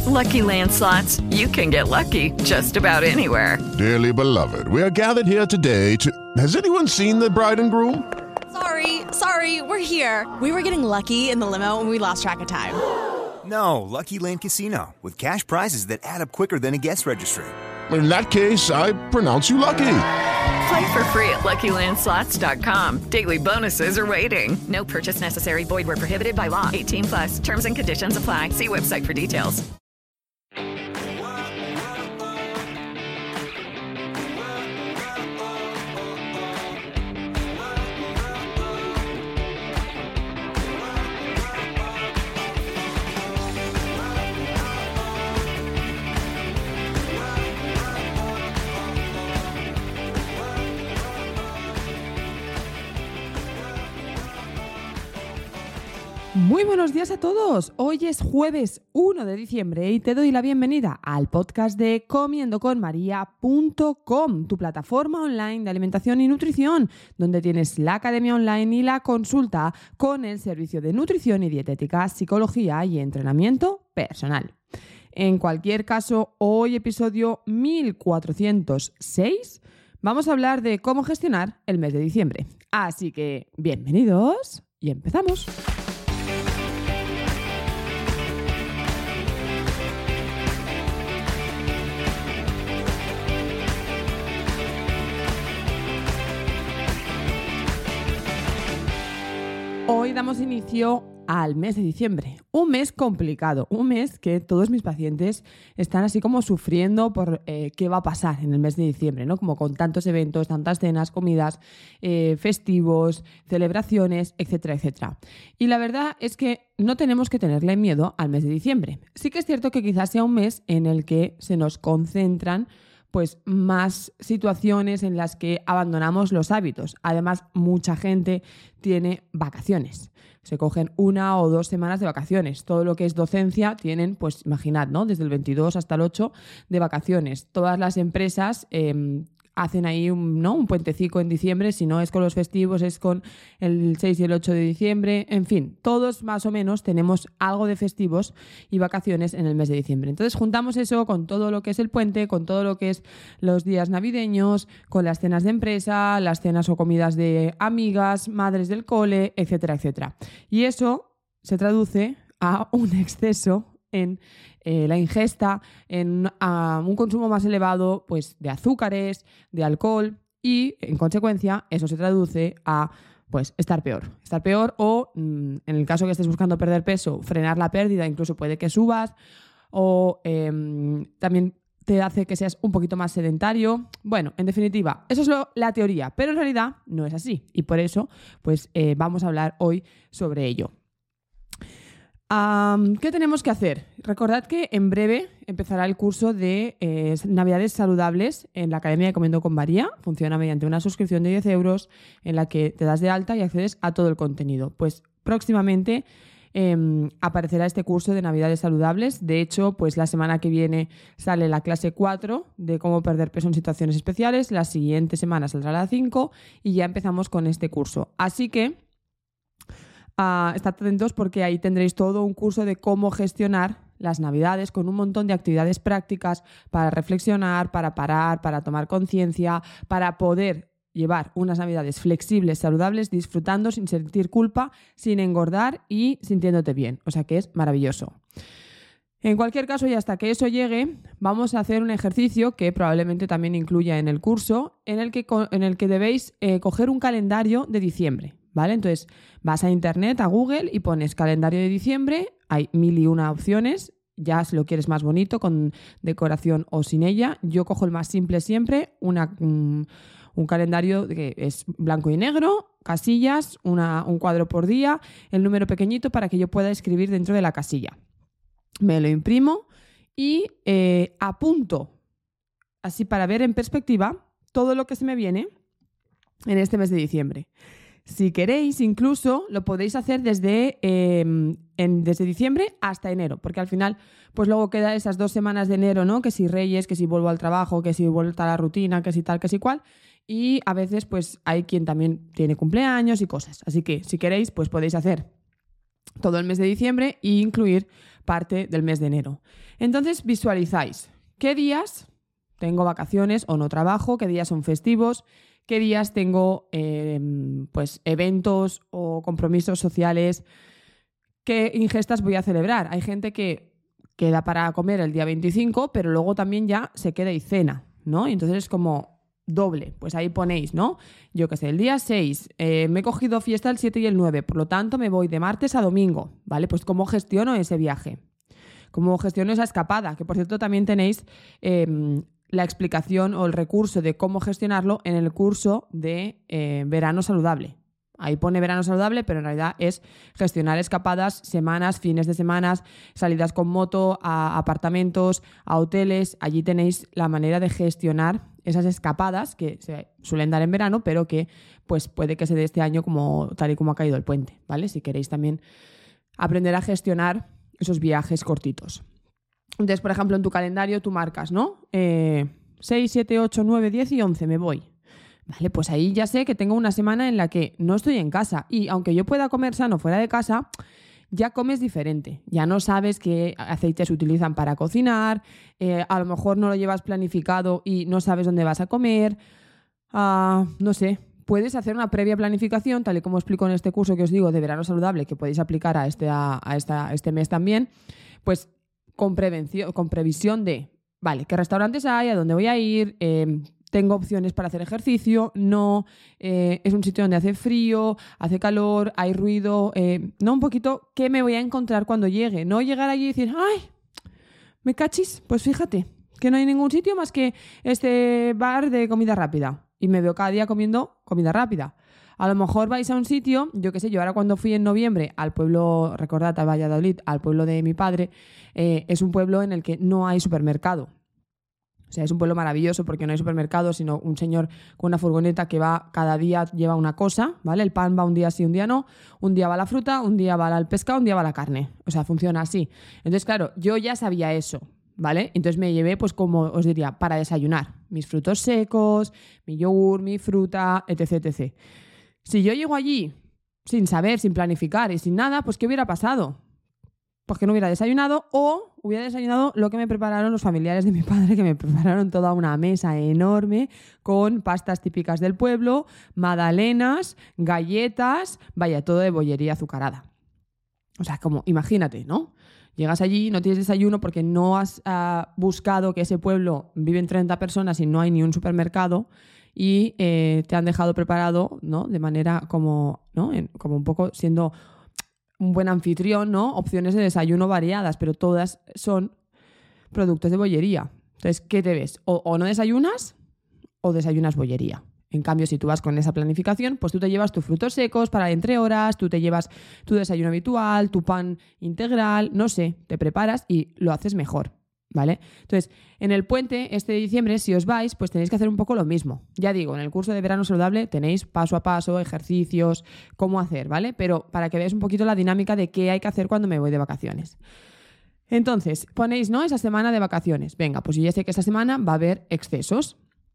Lucky Land Slots, you can get lucky just about anywhere. Dearly beloved, we are gathered here today to... Has anyone seen the bride and groom? Sorry, we're here. We were getting lucky in the limo and we lost track of time. No, Lucky Land Casino, with cash prizes that add up quicker than a guest registry. In that case, I pronounce you lucky. Play for free at LuckyLandSlots.com. Daily bonuses are waiting. No purchase necessary. Void where prohibited by law. 18+. Terms and conditions apply. See website for details. Muy buenos días a todos. Hoy es jueves 1 de diciembre y te doy la bienvenida al podcast de comiendoconmaria.com, tu plataforma online de alimentación y nutrición, donde tienes la academia online y la consulta con el servicio de nutrición y dietética, psicología y entrenamiento personal. En cualquier caso, hoy episodio 1406, vamos a hablar de cómo gestionar el mes de diciembre. Así que, bienvenidos y empezamos. Hoy damos inicio al mes de diciembre, un mes complicado, un mes que todos mis pacientes están así como sufriendo por qué va a pasar en el mes de diciembre, ¿no? Como con tantos eventos, tantas cenas, comidas, festivos, celebraciones, etcétera, etcétera. Y la verdad es que no tenemos que tenerle miedo al mes de diciembre. Sí que es cierto que quizás sea un mes en el que se nos concentran pues más situaciones en las que abandonamos los hábitos. Además, mucha gente tiene vacaciones. Se cogen 1 o 2 semanas de vacaciones. Todo lo que es docencia tienen, pues imaginad, ¿no? Desde el 22 hasta el 8 de vacaciones. Todas las empresas hacen ahí un puentecico en diciembre, si no es con los festivos, es con el 6 y el 8 de diciembre, en fin, todos más o menos tenemos algo de festivos y vacaciones en el mes de diciembre. Entonces juntamos eso con todo lo que es el puente, con todo lo que es los días navideños, con las cenas de empresa, las cenas o comidas de amigas, madres del cole, etcétera, etcétera. Y eso se traduce a un exceso en la ingesta, en un consumo más elevado pues, de azúcares, de alcohol y, en consecuencia, eso se traduce a pues, estar peor o, en el caso que estés buscando perder peso, frenar la pérdida, incluso puede que subas o también te hace que seas un poquito más sedentario. Bueno, en definitiva, eso es la teoría, pero en realidad no es así y por eso pues, vamos a hablar hoy sobre ello. ¿Qué tenemos que hacer? Recordad que en breve empezará el curso de Navidades Saludables en la Academia de Comiendo con María. Funciona mediante una suscripción de 10 euros en la que te das de alta y accedes a todo el contenido. Pues próximamente aparecerá este curso de Navidades Saludables. De hecho, pues la semana que viene sale la clase 4 de cómo perder peso en situaciones especiales. La siguiente semana saldrá la 5 y ya empezamos con este curso. Así que estad atentos porque ahí tendréis todo un curso de cómo gestionar las Navidades con un montón de actividades prácticas para reflexionar, para parar, para tomar conciencia, para poder llevar unas Navidades flexibles, saludables, disfrutando sin sentir culpa, sin engordar y sintiéndote bien. O sea que es maravilloso. En cualquier caso, y hasta que eso llegue, vamos a hacer un ejercicio que probablemente también incluya en el curso, en el que debéis coger un calendario de diciembre. ¿Vale? Entonces vas a internet, a Google y pones calendario de diciembre, hay 1001 opciones, ya si lo quieres más bonito, con decoración o sin ella. Yo cojo el más simple siempre, un calendario que es blanco y negro, casillas, un cuadro por día, el número pequeñito para que yo pueda escribir dentro de la casilla. Me lo imprimo y apunto, así para ver en perspectiva, todo lo que se me viene en este mes de diciembre. Si queréis, incluso lo podéis hacer desde diciembre hasta enero, porque al final, pues luego queda esas 2 semanas de enero, ¿no? Que si Reyes, que si vuelvo al trabajo, que si vuelvo a la rutina, que si tal, que si cual. Y a veces, pues hay quien también tiene cumpleaños y cosas. Así que, si queréis, pues podéis hacer todo el mes de diciembre e incluir parte del mes de enero. Entonces visualizáis qué días tengo vacaciones o no trabajo, qué días son festivos, qué días tengo pues eventos o compromisos sociales, qué ingestas voy a celebrar. Hay gente que queda para comer el día 25, pero luego también ya se queda y cena, ¿no? Y entonces es como doble. Pues ahí ponéis, ¿no? Yo qué sé, el día 6, me he cogido fiesta el 7 y el 9, por lo tanto me voy de martes a domingo, ¿vale? Pues ¿cómo gestiono ese viaje? ¿Cómo gestiono esa escapada? Que por cierto también tenéis la explicación o el recurso de cómo gestionarlo en el curso de verano saludable. Ahí pone verano saludable, pero en realidad es gestionar escapadas, semanas, fines de semanas, salidas con moto, a apartamentos, a hoteles. Allí tenéis la manera de gestionar esas escapadas que se suelen dar en verano, pero que pues puede que se dé este año tal y como ha caído el puente, ¿vale? Si queréis también aprender a gestionar esos viajes cortitos. Entonces, por ejemplo, en tu calendario tú marcas, ¿no? 6, 7, 8, 9, 10 y 11 me voy. Vale, pues ahí ya sé que tengo una semana en la que no estoy en casa y aunque yo pueda comer sano fuera de casa, ya comes diferente. Ya no sabes qué aceites se utilizan para cocinar, a lo mejor no lo llevas planificado y no sabes dónde vas a comer, no sé. Puedes hacer una previa planificación, tal y como explico en este curso que os digo de verano saludable, que podéis aplicar a este mes también, pues con previsión de, vale, qué restaurantes hay, a dónde voy a ir, tengo opciones para hacer ejercicio, no, es un sitio donde hace frío, hace calor, hay ruido, no, un poquito qué me voy a encontrar cuando llegue, no llegar allí y decir, ¡ay, me cachis! Pues fíjate, que no hay ningún sitio más que este bar de comida rápida y me veo cada día comiendo comida rápida. A lo mejor vais a un sitio, yo qué sé, yo ahora cuando fui en noviembre al pueblo, recordad, a Valladolid, al pueblo de mi padre, es un pueblo en el que no hay supermercado. O sea, es un pueblo maravilloso porque no hay supermercado, sino un señor con una furgoneta que va cada día, lleva una cosa, ¿vale? El pan va un día sí, un día no. Un día va la fruta, un día va el pescado, un día va la carne. O sea, funciona así. Entonces, claro, yo ya sabía eso, ¿vale? Entonces me llevé, pues como os diría, para desayunar. Mis frutos secos, mi yogur, mi fruta, etc, etc. Si yo llego allí sin saber, sin planificar y sin nada, pues ¿qué hubiera pasado? Pues que no hubiera desayunado o hubiera desayunado lo que me prepararon los familiares de mi padre, que me prepararon toda una mesa enorme con pastas típicas del pueblo, magdalenas, galletas, vaya, todo de bollería azucarada. O sea, como, imagínate, ¿no? Llegas allí, no tienes desayuno porque no has buscado que ese pueblo viven 30 personas y no hay ni un supermercado y te han dejado preparado, ¿no? De manera como, ¿no? Como un poco siendo un buen anfitrión, ¿no? Opciones de desayuno variadas, pero todas son productos de bollería. Entonces, ¿qué te ves? O no desayunas o desayunas bollería. En cambio, si tú vas con esa planificación, pues tú te llevas tus frutos secos para entre horas, tú te llevas tu desayuno habitual, tu pan integral, no sé, te preparas y lo haces mejor, ¿vale? Entonces, en el puente este de diciembre, si os vais, pues tenéis que hacer un poco lo mismo. Ya digo, en el curso de verano saludable tenéis paso a paso, ejercicios, cómo hacer, ¿vale? Pero para que veáis un poquito la dinámica de qué hay que hacer cuando me voy de vacaciones. Entonces, ponéis, ¿no? Esa semana de vacaciones. Venga, pues yo ya sé que esa semana va a haber excesos.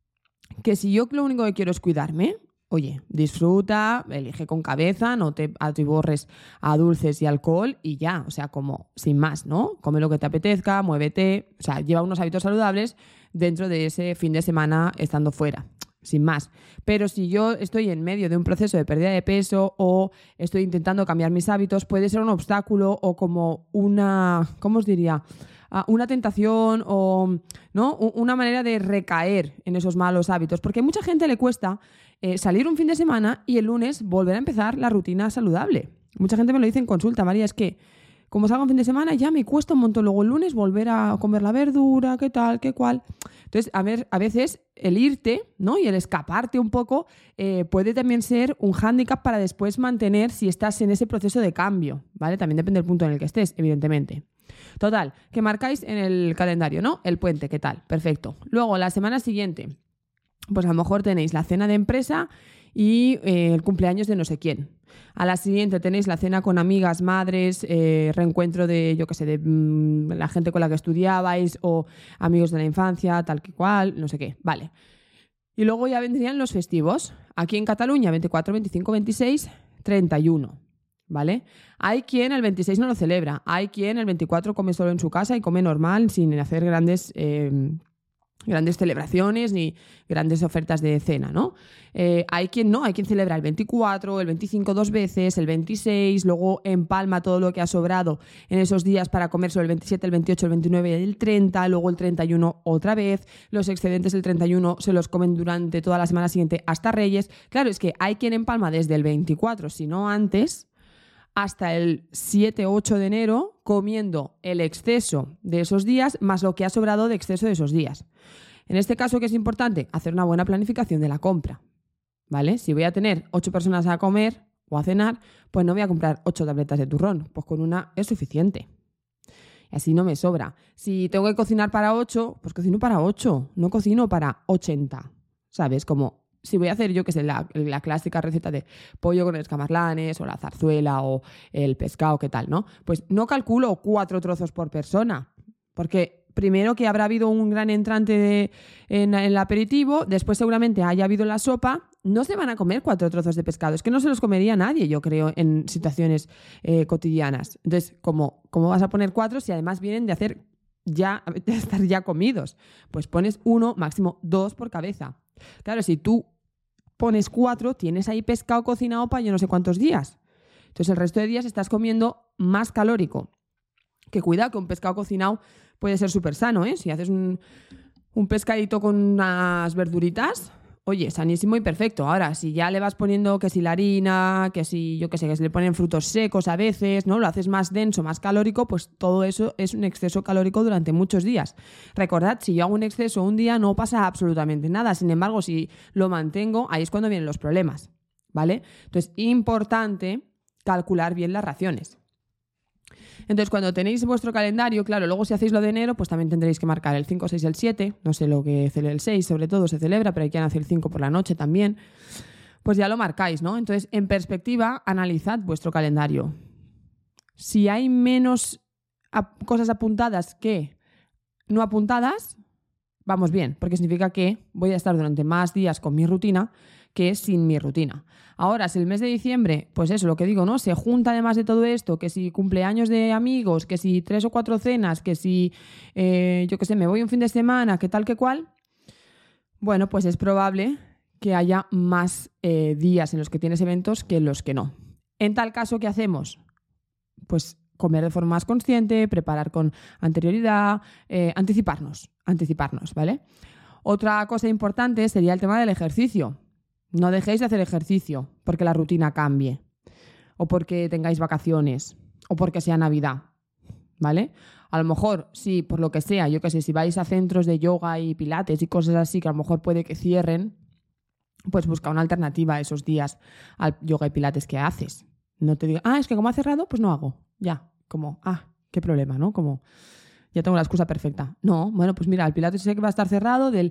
Que si yo lo único que quiero es cuidarme, oye, disfruta, elige con cabeza, no te atiborres a dulces y alcohol y ya, o sea, como sin más, ¿no? Come lo que te apetezca, muévete, o sea, lleva unos hábitos saludables dentro de ese fin de semana estando fuera, sin más. Pero si yo estoy en medio de un proceso de pérdida de peso o estoy intentando cambiar mis hábitos, puede ser un obstáculo o como una, ¿cómo os diría?, una tentación o, ¿no?, una manera de recaer en esos malos hábitos. Porque a mucha gente le cuesta salir un fin de semana y el lunes volver a empezar la rutina saludable. Mucha gente me lo dice en consulta, María, es que como salgo un fin de semana ya me cuesta un montón luego el lunes volver a comer la verdura, qué tal, qué cual. Entonces, a veces el irte, ¿no?, y el escaparte un poco puede también ser un hándicap para después mantener si estás en ese proceso de cambio, ¿vale? También depende del punto en el que estés, evidentemente. Total, que marcáis en el calendario, ¿no? El puente, ¿qué tal? Perfecto. Luego, la semana siguiente, pues a lo mejor tenéis la cena de empresa y el cumpleaños de no sé quién. A la siguiente tenéis la cena con amigas, madres, reencuentro de, yo qué sé, de la gente con la que estudiabais o amigos de la infancia, tal que cual, no sé qué. Vale. Y luego ya vendrían los festivos. Aquí en Cataluña, 24, 25, 26, 31. ¿vale? Hay quien el 26 no lo celebra, hay quien el 24 come solo en su casa y come normal sin hacer grandes celebraciones ni grandes ofertas de cena, ¿no? Hay quien no, hay quien celebra el 24, el 25 2 veces, el 26, luego empalma todo lo que ha sobrado en esos días para comer sobre el 27, el 28, el 29 y el 30, luego el 31 otra vez, los excedentes del 31 se los comen durante toda la semana siguiente hasta Reyes. Claro, es que hay quien empalma desde el 24, si no antes, hasta el 7 o 8 de enero comiendo el exceso de esos días más lo que ha sobrado de exceso de esos días. En este caso, ¿qué es importante? Hacer una buena planificación de la compra, ¿vale? Si voy a tener 8 personas a comer o a cenar, pues no voy a comprar 8 tabletas de turrón, pues con una es suficiente. Y así no me sobra. Si tengo que cocinar para 8, pues cocino para 8, no cocino para 80, ¿sabes? Como si voy a hacer, yo qué sé, la clásica receta de pollo con escamarlanes o la zarzuela o el pescado, ¿qué tal, no? Pues no calculo 4 trozos por persona, porque primero que habrá habido un gran entrante en el aperitivo, después seguramente haya habido la sopa, no se van a comer 4 trozos de pescado, es que no se los comería nadie, yo creo, en situaciones cotidianas. Entonces, ¿cómo vas a poner 4 si además vienen de estar ya comidos? Pues pones 1, máximo 2 por cabeza. Claro, si tú pones 4, tienes ahí pescado cocinado para yo no sé cuántos días. Entonces el resto de días estás comiendo más calórico. Que cuidado, que un pescado cocinado puede ser súper sano, ¿eh? Si haces un pescadito con unas verduritas, oye, sanísimo y perfecto. Ahora, si ya le vas poniendo que si la harina, que si, yo qué sé, que se le ponen frutos secos a veces, ¿no? Lo haces más denso, más calórico, pues todo eso es un exceso calórico durante muchos días. Recordad, si yo hago un exceso un día no pasa absolutamente nada. Sin embargo, si lo mantengo, ahí es cuando vienen los problemas, ¿vale? Entonces, importante calcular bien las raciones. Entonces, cuando tenéis vuestro calendario, claro, luego si hacéis lo de enero, pues también tendréis que marcar el 5, 6, el 7, no sé lo que el 6 sobre todo se celebra, pero hay quien hace el 5 por la noche también, pues ya lo marcáis, ¿no? Entonces, en perspectiva, analizad vuestro calendario. Si hay menos cosas apuntadas que no apuntadas, vamos bien, porque significa que voy a estar durante más días con mi rutina que sin mi rutina. Ahora, si el mes de diciembre, pues eso, lo que digo, ¿no? Se junta además de todo esto, que si cumpleaños de amigos, que si 3 o 4 cenas, que si, yo qué sé, me voy un fin de semana, que tal que cual, bueno, pues es probable que haya más días en los que tienes eventos que en los que no. En tal caso, ¿qué hacemos? Pues comer de forma más consciente, preparar con anterioridad, anticiparnos, ¿vale? Otra cosa importante sería el tema del ejercicio. No dejéis de hacer ejercicio porque la rutina cambie, o porque tengáis vacaciones, o porque sea Navidad, ¿vale? A lo mejor, si por lo que sea, yo qué sé, si vais a centros de yoga y pilates y cosas así, que a lo mejor puede que cierren, pues busca una alternativa a esos días al yoga y pilates que haces. No te digas, es que como ha cerrado, pues no hago. Ya, como, qué problema, ¿no? Como, ya tengo la excusa perfecta. No, bueno, pues mira, el pilates sé que va a estar cerrado del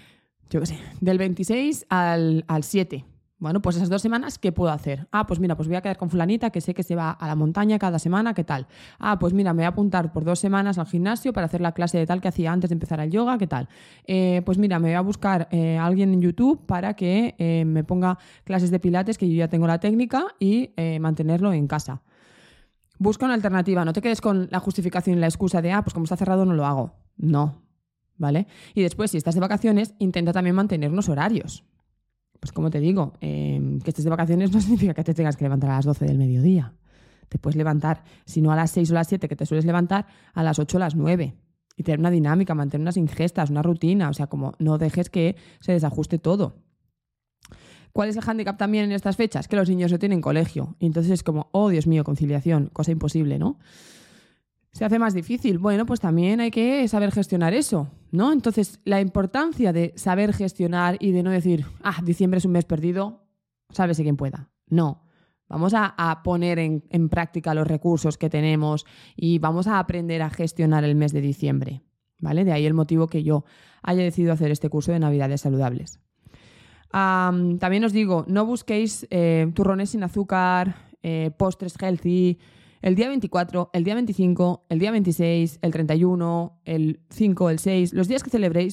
26 al 7. Bueno, pues esas 2 semanas, ¿qué puedo hacer? Pues mira, pues voy a quedar con fulanita que sé que se va a la montaña cada semana, ¿qué tal? Pues mira, me voy a apuntar por 2 semanas al gimnasio para hacer la clase de tal que hacía antes de empezar el yoga, ¿qué tal? Pues mira, me voy a buscar a alguien en YouTube para que me ponga clases de pilates, que yo ya tengo la técnica, y mantenerlo en casa. Busca una alternativa, no te quedes con la justificación y la excusa de, pues como está cerrado no lo hago. No, ¿vale? Y después, si estás de vacaciones, intenta también mantener unos horarios. Pues como te digo, que estés de vacaciones no significa que te tengas que levantar a las 12 del mediodía. Te puedes levantar, si no a las 6 o las 7 que te sueles levantar, a las 8 o las 9. Y tener una dinámica, mantener unas ingestas, una rutina. O sea, como no dejes que se desajuste todo. ¿Cuál es el hándicap también en estas fechas? Que los niños no tienen colegio. Y entonces es como, Dios mío, conciliación, cosa imposible, ¿no? Se hace más difícil. Bueno, pues también hay que saber gestionar eso, ¿no? Entonces, la importancia de saber gestionar y de no decir, diciembre es un mes perdido, sálvese quien pueda. No. Vamos a poner en práctica los recursos que tenemos y vamos a aprender a gestionar el mes de diciembre, ¿vale? De ahí el motivo que yo haya decidido hacer este curso de Navidades saludables. También os digo, no busquéis turrones sin azúcar, postres healthy. El día 24, el día 25, el día 26, el 31, el 5, el 6, los días que celebréis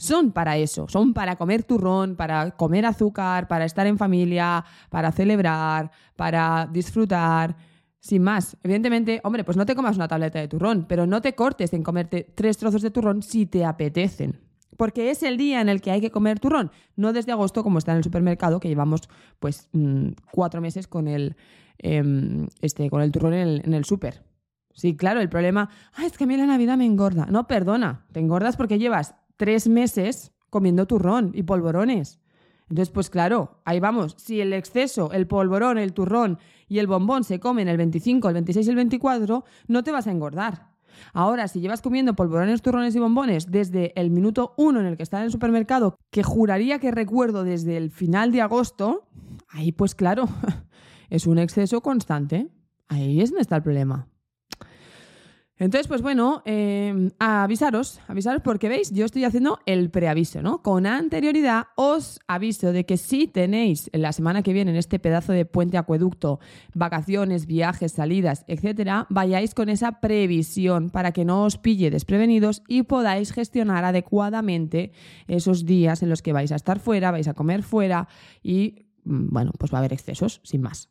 son para eso, son para comer turrón, para comer azúcar, para estar en familia, para celebrar, para disfrutar, sin más. Evidentemente, hombre, pues no te comas una tableta de turrón, pero no te cortes en comerte 3 trozos de turrón si te apetecen. Porque es el día en el que hay que comer turrón, no desde agosto como está en el supermercado, que llevamos pues 4 meses con el turrón en el súper. Sí, claro, el problema, es que a mí la Navidad me engorda. No, perdona, te engordas porque llevas 3 meses comiendo turrón y polvorones. Entonces, pues claro, ahí vamos. Si el exceso, el polvorón, el turrón y el bombón se comen el 25, el 26 y el 24, no te vas a engordar. Ahora, si llevas comiendo polvorones, turrones y bombones desde el minuto 1 en el que está en el supermercado, que juraría que recuerdo desde el final de agosto, ahí pues claro, es un exceso constante. Ahí es donde está el problema. Entonces, pues bueno, avisaros porque veis, yo estoy haciendo el preaviso, ¿no? Con anterioridad os aviso de que si tenéis la semana que viene en este pedazo de puente acueducto, vacaciones, viajes, salidas, etcétera, vayáis con esa previsión para que no os pille desprevenidos y podáis gestionar adecuadamente esos días en los que vais a estar fuera, vais a comer fuera y, bueno, pues va a haber excesos, sin más.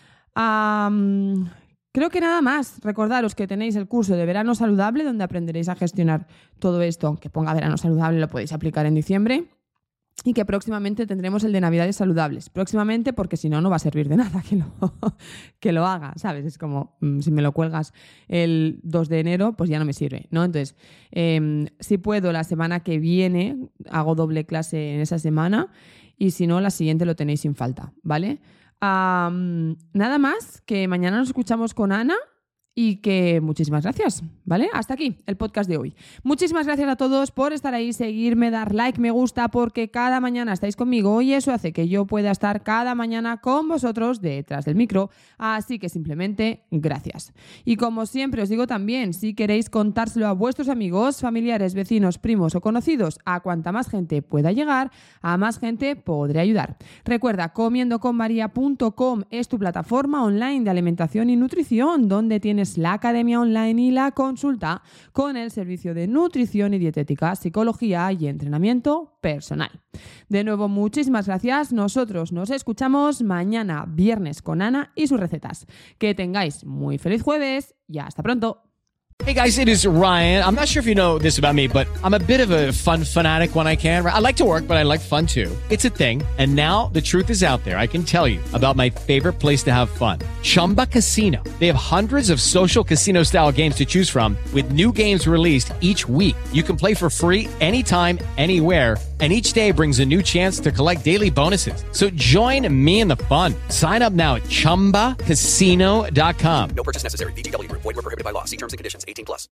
Creo que nada más. Recordaros que tenéis el curso de verano saludable donde aprenderéis a gestionar todo esto. Aunque ponga verano saludable, lo podéis aplicar en diciembre. Y que próximamente tendremos el de navidades saludables. Próximamente, porque si no, no va a servir de nada que lo haga, ¿sabes? Es como, si me lo cuelgas el 2 de enero, pues ya no me sirve, ¿no? Entonces, si puedo, la semana que viene hago doble clase en esa semana. Y si no, la siguiente lo tenéis sin falta, ¿vale? Nada más, que mañana nos escuchamos con Ana y que muchísimas gracias, ¿vale? Hasta aquí el podcast de hoy. Muchísimas gracias a todos por estar ahí, seguirme, dar like, me gusta, porque cada mañana estáis conmigo y eso hace que yo pueda estar cada mañana con vosotros detrás del micro. Así que simplemente gracias. Y como siempre os digo también, si queréis contárselo a vuestros amigos, familiares, vecinos, primos o conocidos, a cuanta más gente pueda llegar, a más gente podré ayudar. Recuerda, comiendoconmaria.com es tu plataforma online de alimentación y nutrición, donde tienes la academia online y la consulta con el servicio de nutrición y dietética, psicología y entrenamiento personal. De nuevo, muchísimas gracias. Nosotros nos escuchamos mañana, viernes, con Ana y sus recetas. Que tengáis muy feliz jueves y hasta pronto. Hey guys, it is Ryan. I'm not sure if you know this about me, but I'm a bit of a fun fanatic when I can. I like to work, but I like fun too. It's a thing. And now the truth is out there. I can tell you about my favorite place to have fun. Chumba Casino. They have hundreds of social casino style games to choose from with new games released each week. You can play for free anytime, anywhere. And each day brings a new chance to collect daily bonuses. So join me in the fun. Sign up now at ChumbaCasino.com. No purchase necessary. VGW Group. Void where prohibited by law. See terms and conditions. 18+.